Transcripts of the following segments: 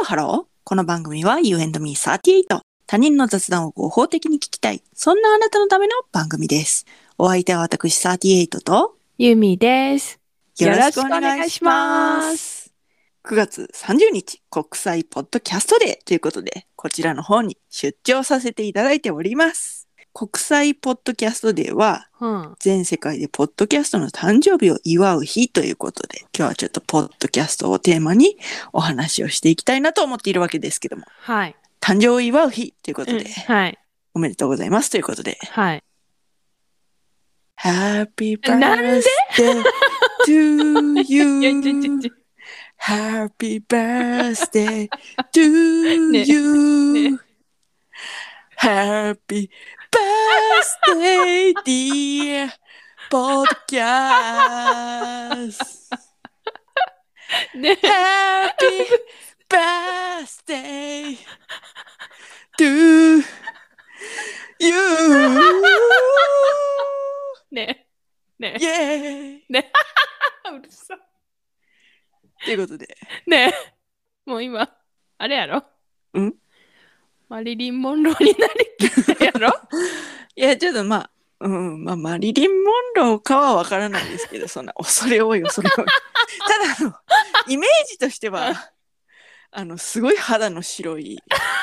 ハロー。この番組は You and me38。他人の雑談を合法的に聞きたい。そんなあなたのための番組です。お相手は私38とユミです。 よろしくお願いします。9月30日国際ポッドキャストデーということで、こちらの方に出張させていただいております。国際ポッドキャストデーは、全世界でポッドキャストの誕生日を祝う日ということで、今日はちょっとポッドキャストをテーマにお話をしていきたいなと思っているわけですけども、 はい、 誕生を祝う日ということで、 はい、 おめでとうございますということで、 はい、 Happy birthday to you Happy birthday to you Happy birthday dear podcast ね Happy birthday to you ねねイエーイねうるさということでねもう今あれやろマリリン・モンローになりきったやろいやちょっとまあマリリン・モンローかはわからないですけど、そんな恐れ多いただイメージとしてはすごい肌の白い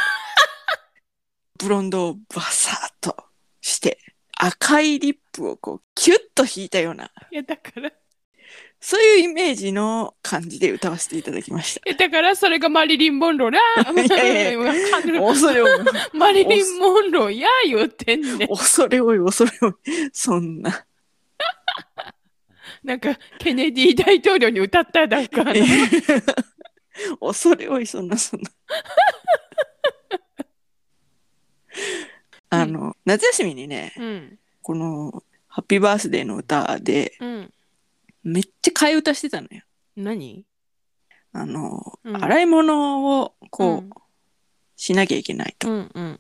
ブロンドをバサッとして赤いリップをこうキュッと引いたような、 いやだからそういうイメージの感じで歌わせていただきました。 だからそれがマリリン・モンローだいや恐れ多いマリリン・モンローや言うてんねん。 恐れ多いそんななんかケネディ大統領に歌ったなんか恐れ多いそんな夏休みにね、このハッピーバースデーの歌で、めっちゃ替え歌してたのよ。 何？ 洗い物をこう、しなきゃいけないと。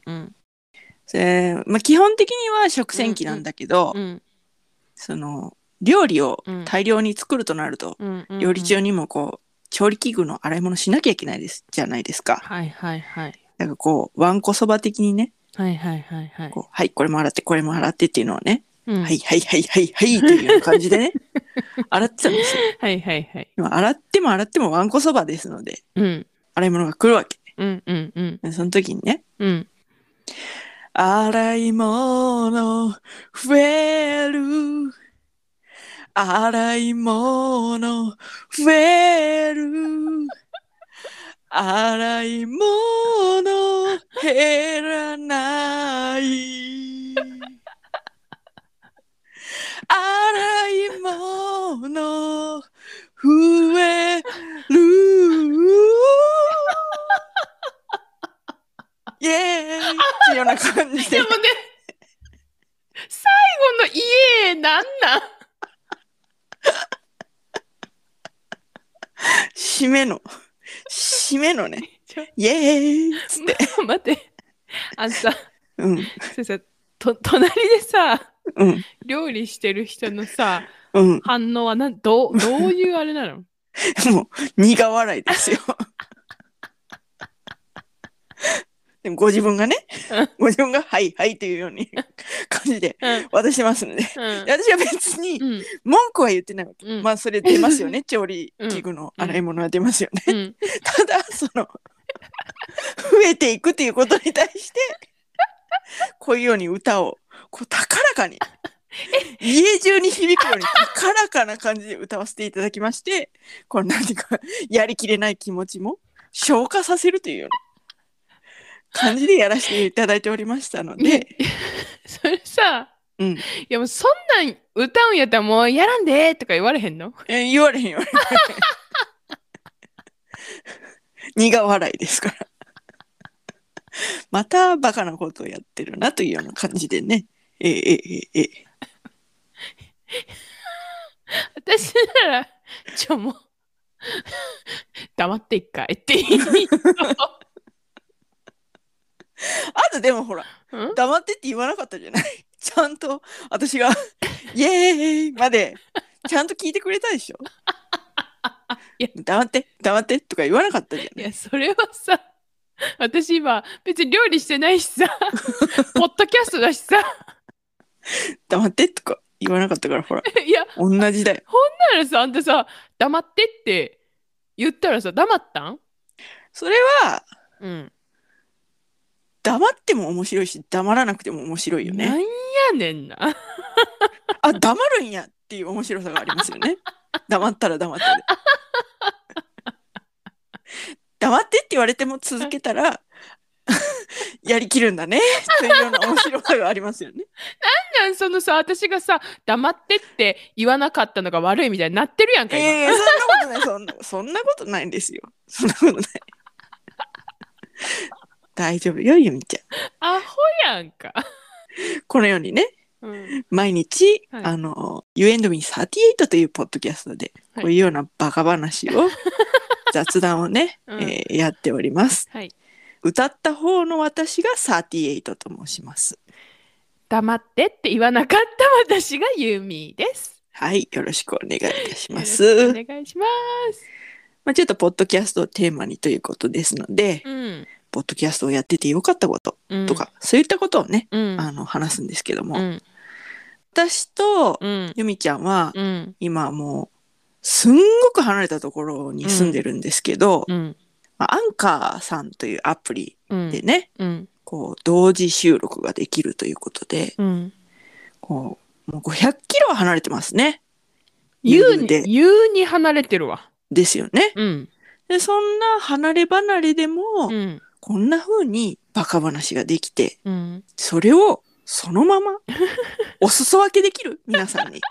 基本的には食洗機なんだけど、その料理を大量に作るとなると、料理中にもこう調理器具の洗い物しなきゃいけないじゃないですか。 はいはいはい。 だからこうわんこそば的にね、 はいはいはいはい。 はいこれも洗ってこれも洗ってっていうのをね、はいはいはいはいはいというような感じでね洗ってたんですよ。 はいはいはい。 でも洗ってもわんこそばですので、洗い物が来るわけ。その時にね、洗い物増える洗い物増える洗い物減らない洗い物増えるイエーイっていうような感じで。 でもね、最後のイエーイなん締めのね、イエーイっつって。 待って、さ、隣でさ、料理してる人のさ、反応はどういうあれなの？ もう苦笑いですよ。でもご自分がはいはいというように感じで渡してますので、私は別に文句は言ってないわけ。まあそれ出ますよね、調理器具の洗い物は出ますよね。ただ増えていくっていうことに対してこういうように歌をこう高らかに家中に響くように高らかな感じで歌わせていただきまして、この何かやりきれない気持ちも消化させるというような感じでやらせていただいておりましたので、 それさ、いやもうそんなん歌うんやったらもうやらんでとか言われへんの？ 言われへん苦笑いですからまたバカなことをやってるなというような感じでね、 私ならもう黙って一回って言いあとでもほら黙ってって言わなかったじゃない。ちゃんと私がイエーイまでちゃんと聞いてくれたでしょ。 いや黙って黙ってとか言わなかったじゃん。 いや、それはさ、私今別に料理してないしさ、ポッドキャストだしさ。 黙ってとか言わなかったから、ほら。 いや、 同じだよ。 ほんならさ、あんたさ、黙ってって言ったらさ、黙ったん？ それは、 うん。 黙っても面白いし、黙らなくても面白いよね。 なんやねんな。 あ、黙るんやっていう面白さがありますよね。黙ったら黙ったで。黙ってって言われても続けたら、やりきるんだねというような面白さがありますよね。 なんそのさ、私がさ、黙ってって言わなかったのが悪いみたいになってるやんか、今。 そんなことない、そんなことないんですよ。そんなことない。大丈夫よ、ゆみちアホやんか。 ゃん。このようにね、毎日、 はい You and Me38 というポッドキャストで、こういうようなバカ話を、雑談をね、やっております。 はい。 歌った方の私が38と申します。 黙ってって言わなかった私がユーミーです。 はい、よろしくお願いいたします。 お願いします。 ちょっとポッドキャストをテーマにということですので、ポッドキャストをやっててよかったこととか、そういったことをね、話すんですけども、私とゆみちゃんは、今もうすんごく離れたところに住んでるんですけど、アンカーさんというアプリでね、こう同時収録ができるということで、こうもう500キロは離れてますね。 優に離れてるわ。 ですよね。でそんな離れ離れでも、こんな風にバカ話ができて、それをそのままお裾分けできる皆さんに。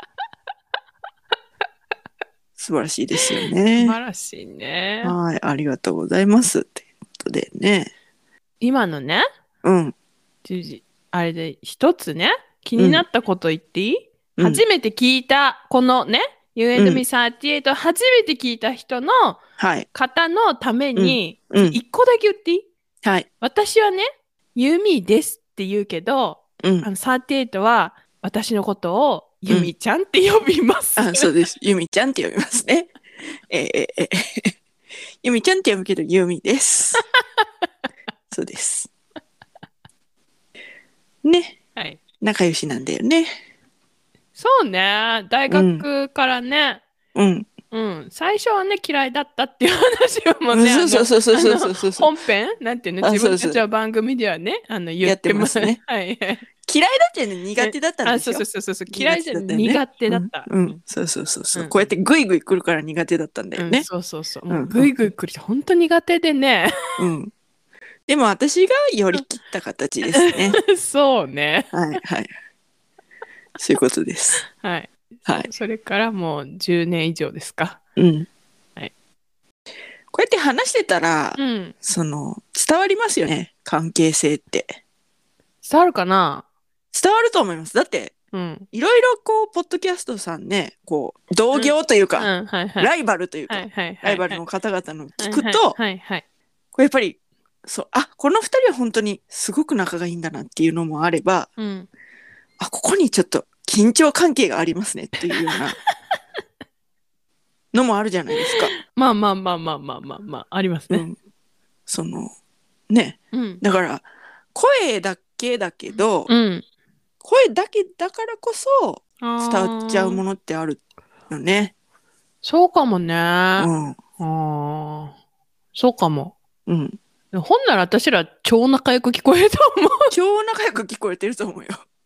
素晴らしいですよね。 素晴らしいね。 はい、ありがとうございます。ということでね。 今のね、あれで一つね、気になったこと言っていい？初めて聞いた、このね、You and Me38 初めて聞いた人の方のために、一個だけ言っていい？ はい。 私はね、ユーミーですって言うけど、38は私のことをユミちゃんって呼びます。 そうです。ユミちゃんって呼びますね。ユミちゃんって呼ぶけどユミです。そうです。ね。 はい。 仲良しなんだよね。 そうね。大学からね。最初はね、嫌いだったっていう話をもうね、本編なんていうの、自分たちの番組ではね、言ってますね。はい。 嫌いだってね、苦手だったんですよ。 そう。嫌いじゃ苦手だった。 そう。こうやってグイグイ来るから苦手だったんだよね。 そう。もうグイグイ来る人、本当苦手でね。 でも私が寄り切った形ですね。 そうね。 はい。そういうことです。 はい。それからもう10年以上ですか。 はい。こうやって話してたら、伝わりますよね、関係性って。 伝わるかな？ 伝わると思います。だって、いろいろこう、ポッドキャストさんね、こう、同業というか、ライバルというか、ライバルの方々の聞くと、これやっぱり、この2人は本当にすごく仲がいいんだなっていうのもあれば、ここにちょっと緊張関係がありますねっていうようなのもあるじゃないですか。 まあ、ありますね。 だから、声だけだけど、声だけだからこそ伝わっちゃうものってあるよね。 そうかもね。そうかも。ほんなら私ら超仲良く聞こえると思う。 超仲良く聞こえてると思うよ。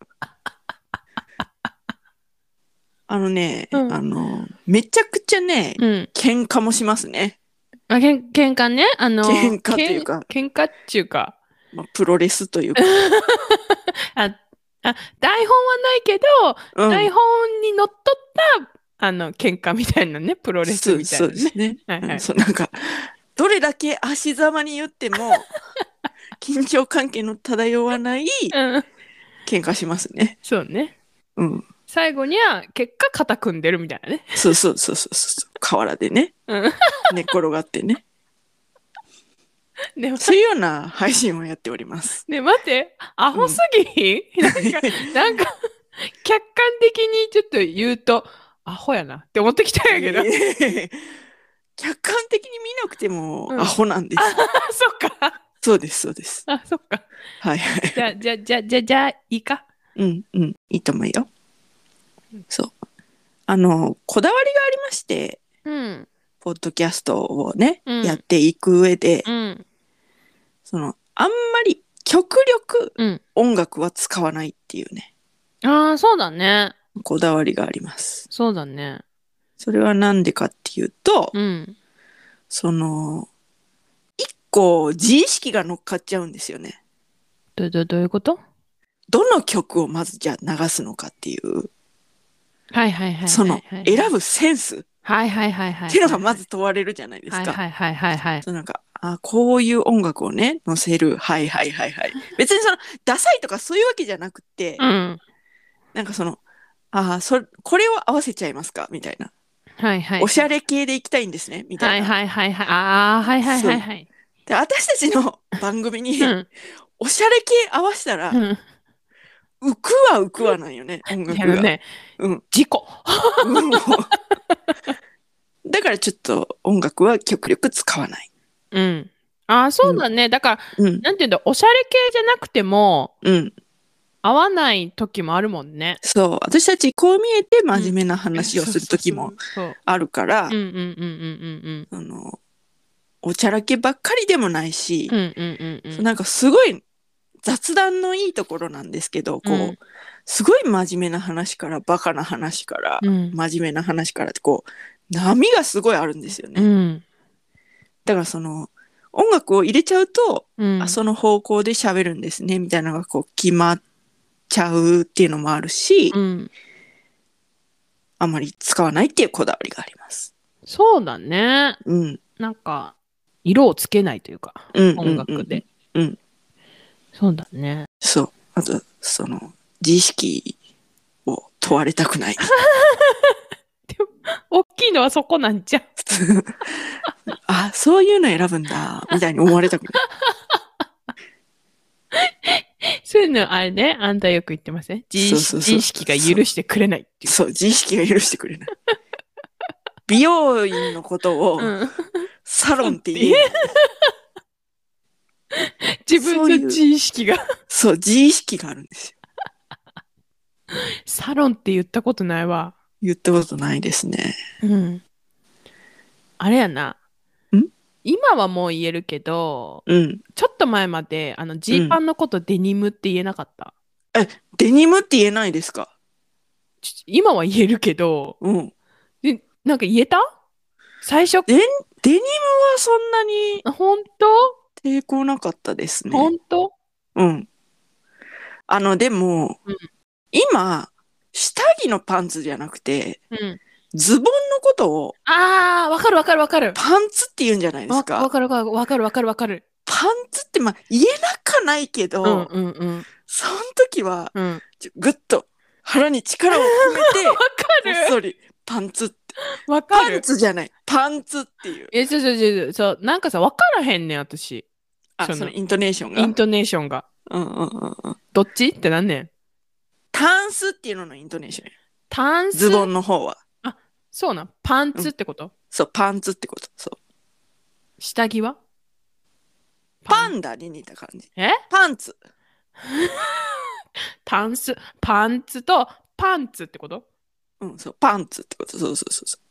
めちゃくちゃね、喧嘩もしますね。 喧嘩ね。 喧嘩というか。 喧嘩っちゅうか。 プロレスというか。 台本はないけど、台本にのっとった喧嘩みたいなね、プロレスみたいなね。 そうですね。なんかどれだけ足ざまに言っても緊張関係の漂わない喧嘩しますね。 そうね。最後には結果肩組んでるみたいなね。 そう。河原でね、寝転がってね。そういうような配信をやっております。 ね、待って、アホすぎ、なんか客観的にちょっと言うとアホやなって思ってきたんやけど。 客観的に見なくてもうんアホなんです。 そっか。 そうです、そうです。 あ、そっか。 はいはい。 じゃあ、いいか。 うんうん、いいと思うよ。そう。こだわりがありまして、 うん。 ポッドキャストをね、 うんやっていく上で、 うん。 あんまり極力うん。 音楽は使わないっていうね、 ああ、そうだね。 こだわりがあります。 そうだね。 それはなんでかっていうと、 うん。 一個自意識が乗っかっちゃうんですよね。 どういうこと？ どの曲をまずじゃあ流すのかっていう、 はいはいはいはいはい。 選ぶセンスっはいはいはいはい。 ていうのがまず問われるじゃないですか。 はいはいはいはい。 なんか、こういう音楽をね、載せる。はいはいはいはい。別にダサいとかそういうわけじゃなくて、 うん。 なんかこれを合わせちゃいますかみたいな。 はいはい。 おしゃれ系でいきたいんですねみたいな。 はいはいはいはい。ああ、はいはいはいはい。 で、私たちの番組に、 うん。 おしゃれ系合わせたら、 うん。 浮くわなんよね、音楽が。 ね、 うん。 事故。 うん。だからちょっと音楽は極力使わない。 うん。ああ、そうだね。だから、 うん。 なんていうんだ、おしゃれ系じゃなくても、 うん。 合わない時もあるもんね。 そう。私たちこう見えて真面目な話をする時もあるから、おちゃらけばっかりでもないし、なんかすごい雑談のいいところなんですけど、すごい真面目な話からバカな話から、真面目な話からって波がすごいあるんですよね。だから音楽を入れちゃうと、その方向で喋るんですねみたいなのが決まっちゃうっていうのもあるし、あまり使わないっていうこだわりがあります。 そうだね。 うん。 なんか色をつけないというか、音楽で。 うん。 そうだね。 そう。あと自意識を問われたくない。 でも大きいのはそこなんじゃん。 そういうの選ぶんだみたいに思われたくない。 そういうのあれね、あんたよく言ってません？自意識が許してくれないっていう。 そう、自意識が許してくれない。美容院のことをサロンって言えない。 自分の自意識が。 そう、自意識があるんですよ。 サロンって言ったことないわ。 言ったことないですね。 うん。あれやな。今はもう言えるけど、ちょっと前までジーパンのことデニムって言えなかった。 デニムって言えないですか？ 今は言えるけど、なんか言えた？最初。 デニムはそんなに本当？ 抵抗なかったですね。 本当？ うん。でも、今、下着のパンツじゃなくて、ズボンのことを、 わかるわかるわかる。 パンツって言うんじゃないですか。 わかるわかるわかるわかる。 パンツって言えなかないけど、その時は、ぐっと腹に力を込めて、 わかる。 こっそりパンツって。 わかる。 パンツじゃない。パンツっていう。 そう、なんかさ、わからへんねん、私。 そのイントネーションが。 イントネーションが。どっちってなんねん。 タンスっていうののイントネーションや。 タンス？ ズボンの方は。 そうな。パンツってこと？ そう、パンツってこと。そう。 下着は？ パンダに似た感じ。パンツ。 タンス、パンツとパンツってこと？ そう、パンツってこと。そう。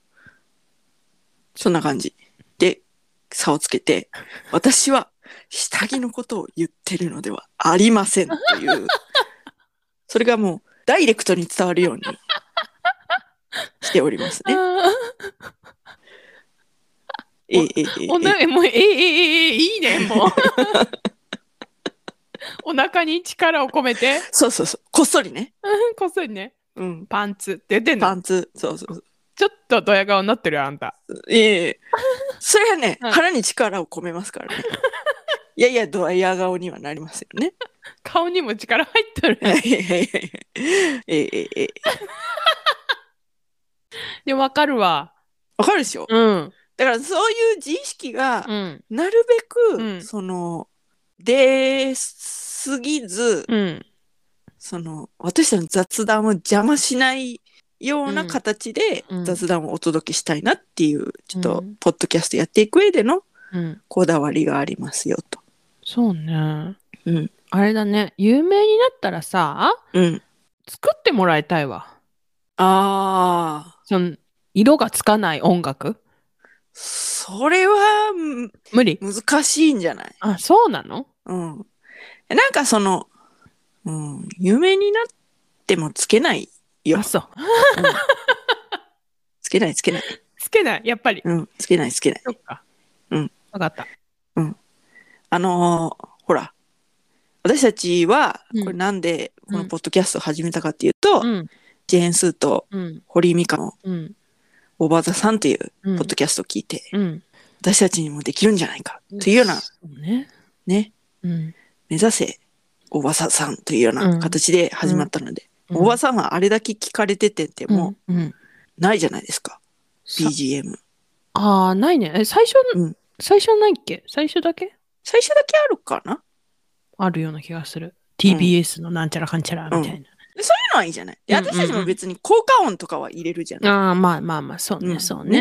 そんな感じ。で、差をつけて、私は下着のことを言ってるのではありませんという、それがもうダイレクトに伝わるようにしておりますね。 もういいね、もう。お腹に力を込めて。 そう。こっそりね。 こっそりね。パンツって言ってんの。 パンツ。そう。 ちょっとドヤ顔になってるよ、あんた。 それはね、腹に力を込めますからね。いや、ドヤ顔にはなりますよね。 顔にも力入ってる。で、わかるわ。 わかるでしょ？だからそういう自意識が、なるべく、出すぎず、私たちの雑談を邪魔しないような形で雑談をお届けしたいなっていう、ちょっとポッドキャストやっていく上でのこだわりがありますよと。 そうね。あれだね、有名になったらさ、作ってもらいたいわ。その色がつかない音楽。 それは無理。 難しいんじゃない？ あ、そうなの？ なんか有名になってもつけないよ。 あ、そう。 つけない。つけない、 やっぱり。 つけない。そっか。 わかった。 ほら、私たちは、これなんでこのポッドキャストを始めたかっていうと、ジェーン・スーと堀井美香のオーバーザさんというポッドキャストを聞いて、私たちにもできるんじゃないかというような、ね、目指せオーバーザさんというような形で始まったので、オーバーさんはあれだけ聞かれててもないじゃないですか、BGM。 ないね。最初ないっけ？最初だけあるかな？ あるような気がする。TBS のなんちゃらかんちゃらみたいな。そういうのはいいじゃない。私たちも別に効果音とかは入れるじゃない。 まあ、そうね。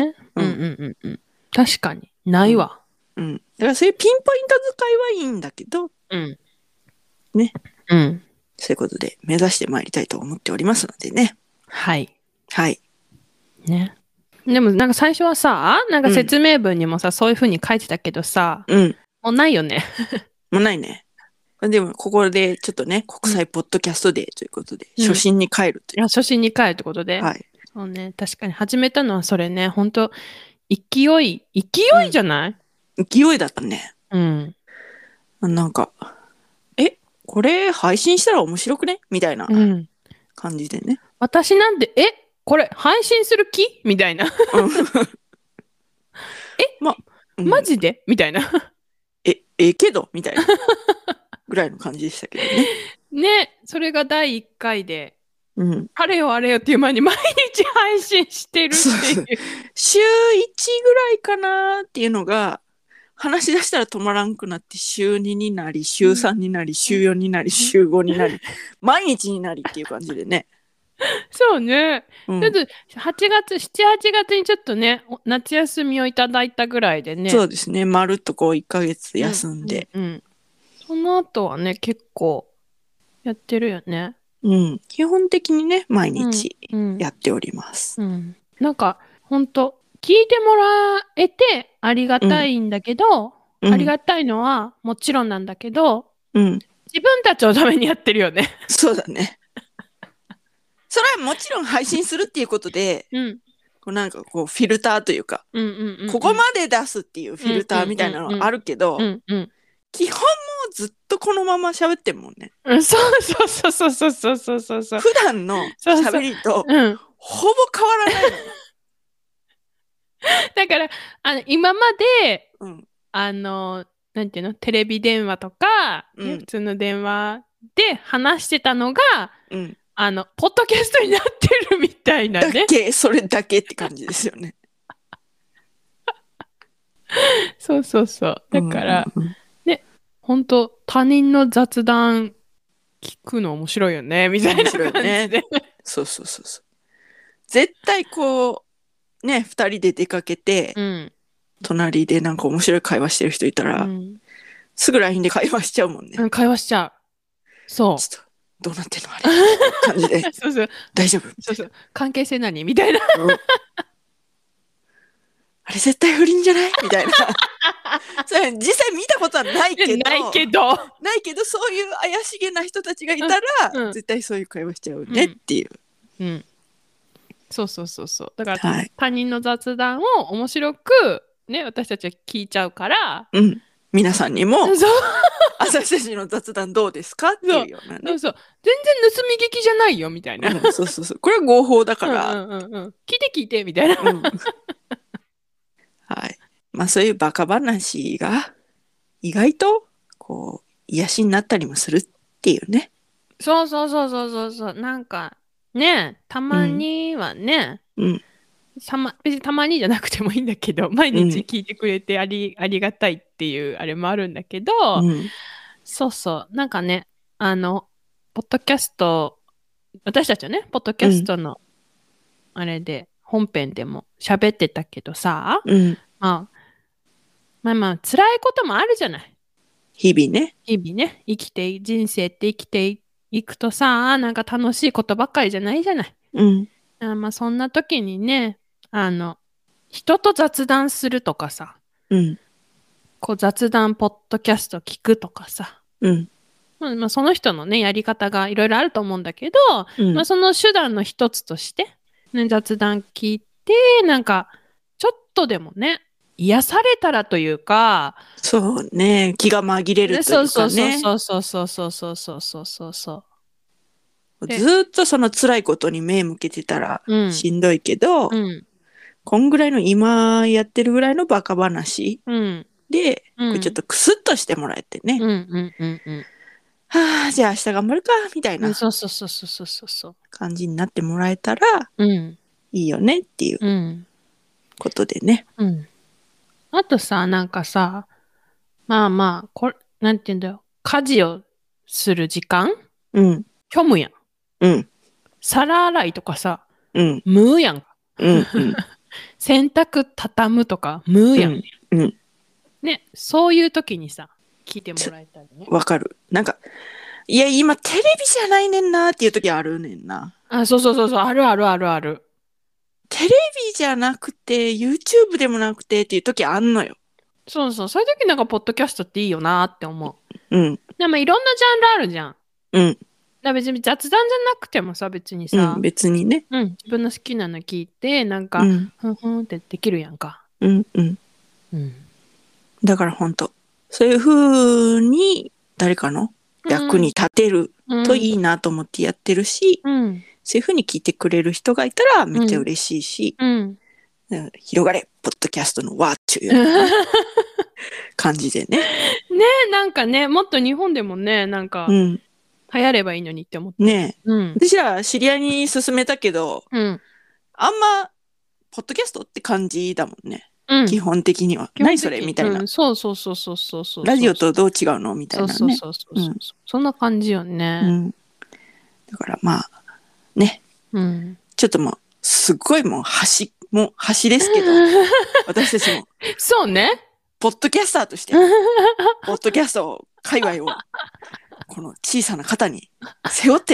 確かに。ないわ。 だからそういうピンポイント使いはいいんだけど、ね。そういうことで目指してまいりたいと思っておりますのでね。 はい。 ね。 でもなんか最初はさ、なんか説明文にもさ、そういう風に書いてたけどさ、もうないよね。 もうないね。でもここでちょっとね、国際ポッドキャストデーということで、初心に帰るという。 初心に帰るってことで。そうね、確かに始めたのはそれね、本当勢いじゃない？ 勢いだったね。なんか、これ配信したら面白くねみたいな感じでね。 私なんて、これ配信する気みたいな。マジでみたいな。 けどみたいなぐらいの感じでしたけどね。 ね、それが第1回で、あれよあれよっていう前に毎日配信してるっていう。 週1ぐらいかなっていうのが、話し出したら止まらんくなって週2になり、週3になり、週4になり、週5になり、毎日になりっていう感じでね。 そうね。ちょっと7、8月にちょっとね、夏休みをいただいたぐらいでね。 そうですね。まるっとこう1ヶ月休んで。 その後はね、結構やってるよね。 基本的にね、毎日やっております。 なんか、ほんと、聞いてもらえてありがたいんだけど、ありがたいのはもちろんなんだけど、自分たちのためにやってるよね。 そうだね。それはもちろん配信するっていうことで、なんかこうフィルターというか、ここまで出すっていうフィルターみたいなのはあるけど、基本もうずっとこのまま喋ってるもんね。 そう。 普段の喋りとほぼ変わらないの。 だから今まで、なんていうの、テレビ電話とか、普通の電話で話してたのが、ポッドキャストになってるみたいなね。 それだけって感じですよね。 そう。だから、ね、本当他人の雑談聞くの面白いよね、みたいな感じで。 そう。絶対こう、ね、2人で出かけて、隣でなんか面白い会話してる人いたら、すぐ LINE で会話しちゃうもんね。 会話しちゃう。そう。 ちょっとどうなってんのあれみたいな感じで。 そう。 大丈夫？ そう。関係性何みたいな。 あれ絶対不倫じゃないみたいな。それ実際見たことはないけど、そういう怪しげな人たちがいたら、絶対そういう会話しちゃうねっていう。 そう。だから、他人の雑談を面白く、ね、私たちは聞いちゃうから、 皆さんにも、私たちの雑談どうですかっていうようなね。 そう。全然盗み聞きじゃないよみたいな。 そう。これは合法だから。 聞いてみたいな。 まあそういうバカ話が意外とこう癒しになったりもするっていうね。 そう。なんかね、たまにはね、別にたまにじゃなくてもいいんだけど、毎日聞いてくれてありがたいっていうあれもあるんだけど、そう。なんかね、ポッドキャスト、私たちはね、ポッドキャストのあれで本編でも喋ってたけどさ、まあ辛いこともあるじゃない。 日々ね。 人生って生きていくとさ、なんか楽しいことばっかりじゃないじゃない。まあそんな時にね、人と雑談するとかさ、こう雑談ポッドキャスト聞くとかさ、まあ、その人のねやり方がいろいろあると思うんだけど、まあ、その手段の一つとして、ね、雑談聞いてなんかちょっとでもね癒されたらというか、 そうね、気が紛れるというかね。 そう。 ずっとその辛いことに目向けてたらしんどいけど、こんぐらいの今やってるぐらいのバカ話で、これちょっとクスッとしてもらえてね。はあ、じゃあ明日頑張るかみたいな感じになってもらえたらいいよねっていうことでね。 あとさ、なんかさ、まあなんて言うんだよ、家事をする時間、虚無やん。皿洗いとかさ、無やん。洗濯畳むとか無やん。ね、そういう時にさ、聞いてもらえたりね。 わかる。なんか、いや、今テレビじゃないねんなっていう時あるねんな。 そう、ある。 テレビじゃなくて、YouTube でもなくてっていう時あんのよ。 そういう時なんかポッドキャストっていいよなって思う。でもいろんなジャンルあるじゃん。別に雑談じゃなくてもさ、別にさ、 別にね。 自分の好きなの聞いて、なんか、ふんってできるやんか。 だから本当そういう風に誰かの役に立てるといいなと思ってやってるし、そういう風に聞いてくれる人がいたらめっちゃ嬉しいし、広がれポッドキャストの輪っちゅうような感じでね。 なんかね、もっと日本でもね、なんか、流行ればいいのにって思って。 ね私ら知り合いに勧めたけど、あんまポッドキャストって感じだもんね。基本的には。何それみたいな。 そう。 ラジオとどう違うのみたいなね。 そんな感じよね。 だからまあ、ね。ちょっともう、すっごいもう端ですけど、私たちも。 そうね。 ポッドキャスターとして、ポッドキャスト界隈を、この小さな肩に背負って、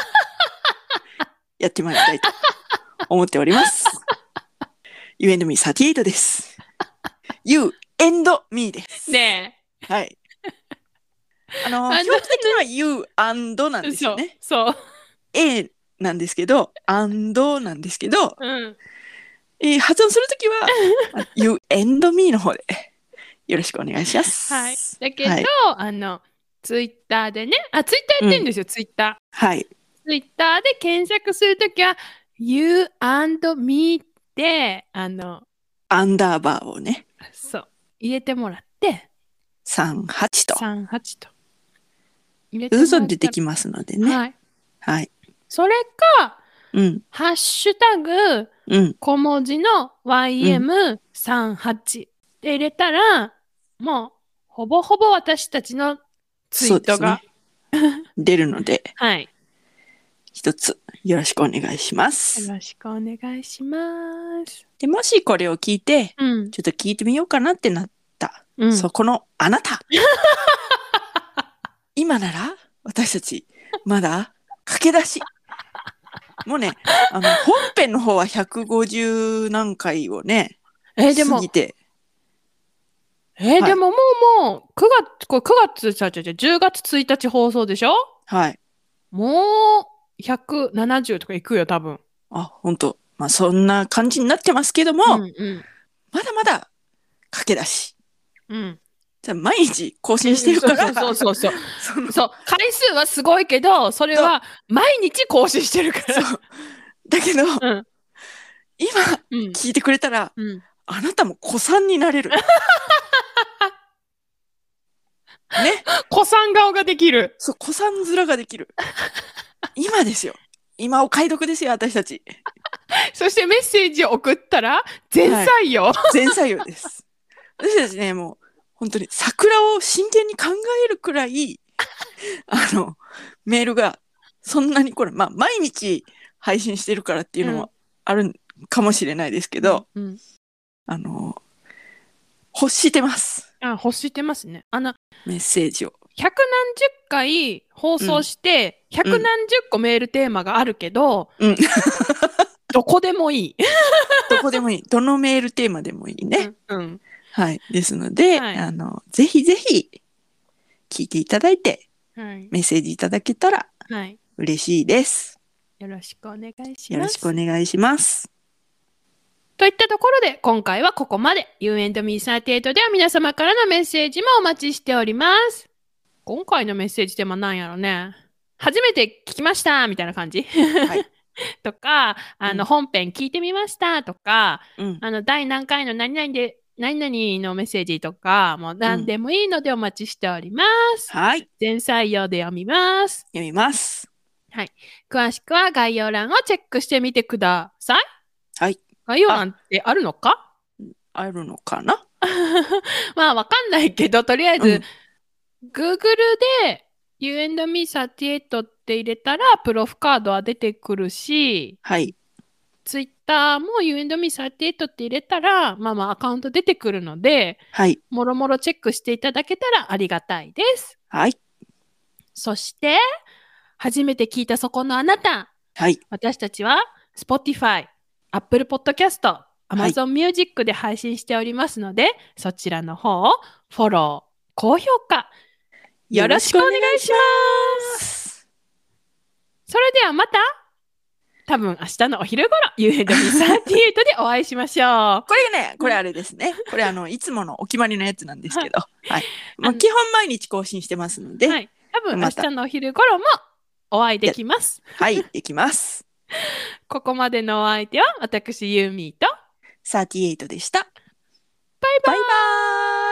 やってまいりたいと思っております。You and me38 です。You and me です。 ねえ。はい。表記的には You and なんですよね。 そう。 A なんですけど、and なんですけど、発音するときは You and me の方でよろしくお願いします。 はい。だけど、ツイッターでね、ツイッターやってるんですよ、ツイッター。 はい。 ツイッターで検索するときは You and me で、アンダーバーをね。 そう。入れてもらって、 38と。 38と。 嘘出てきますのでね。はい。 それか、ハッシュタグ、小文字の YM38 で入れたら、もう、ほぼほぼ私たちのツイートが、 出るので、 はい。 一つよろしくお願いします。 よろしくお願いします。 で、もしこれを聞いて、ちょっと聞いてみようかなってなった、そこのあなた。今なら私たちまだ駆け出し。もうね、本編の方は150何回をね、過ぎて。 でももう9月、10月1日放送でしょ？ はい。 もう170とかいくよ、多分。 本当。まあそんな感じになってますけども、まだまだ駆け出し。毎日更新してるから。 そう。回数はすごいけど、それは毎日更新してるから。 だけど、今聞いてくれたら、あなたも子さんになれる。ね。 子さん顔ができる。 そう、子さん面ができる。今ですよ。今お買い得ですよ、私たち。 そしてメッセージを送ったら、全採用。 全採用です。私たちね、もう、本当に桜を真剣に考えるくらい、メールがそんなに毎日配信してるからっていうのもあるかもしれないですけど、欲してます。 欲してますね。 メッセージを。 百何十回放送して、百何十個メールテーマがあるけど、どこでもいい。 どこでもいい。どのメールテーマでもいいね。はい。ですので、ぜひぜひ聞いていただいて、メッセージいただけたら嬉しいです。 よろしくお願いします。 よろしくお願いします。 といったところで今回はここまで。You and me38 では皆様からのメッセージもお待ちしております。今回のメッセージテーマなんやろね。初めて聞きましたみたいな感じ、はい、とか本編聞いてみましたとか、第何回の何々で何々のメッセージとかもう何でもいいのでお待ちしております。はい。全採用で読みます。 読みます。 はい。詳しくは概要欄をチェックしてみてください。 はい。 概要欄ってあるのか？ あるのかなまあわかんないけど、とりあえず、Google で You and me38 って入れたらプロフカードは出てくるし、 はい。 Twitter も You and me38 って入れたら、まあアカウント出てくるので、 はい。 もろもろチェックしていただけたらありがたいです。 はい。 そして、初めて聞いたそこのあなた。 はい。 私たちは Spotify、Apple Podcast、Amazon Music で配信しておりますので、そちらの方をフォロー、高評価、よろしくお願いします。それではまた、多分明日のお昼頃、You and me38 でお会いしましょう。 これあれですね。これいつものお決まりのやつなんですけど、はい。まあ、基本毎日更新してますので、はい。 多分明日のお昼頃もお会いできます。 はい、できます。 ここまでのお相手は私ユーミーと 38でした。 バイバイ。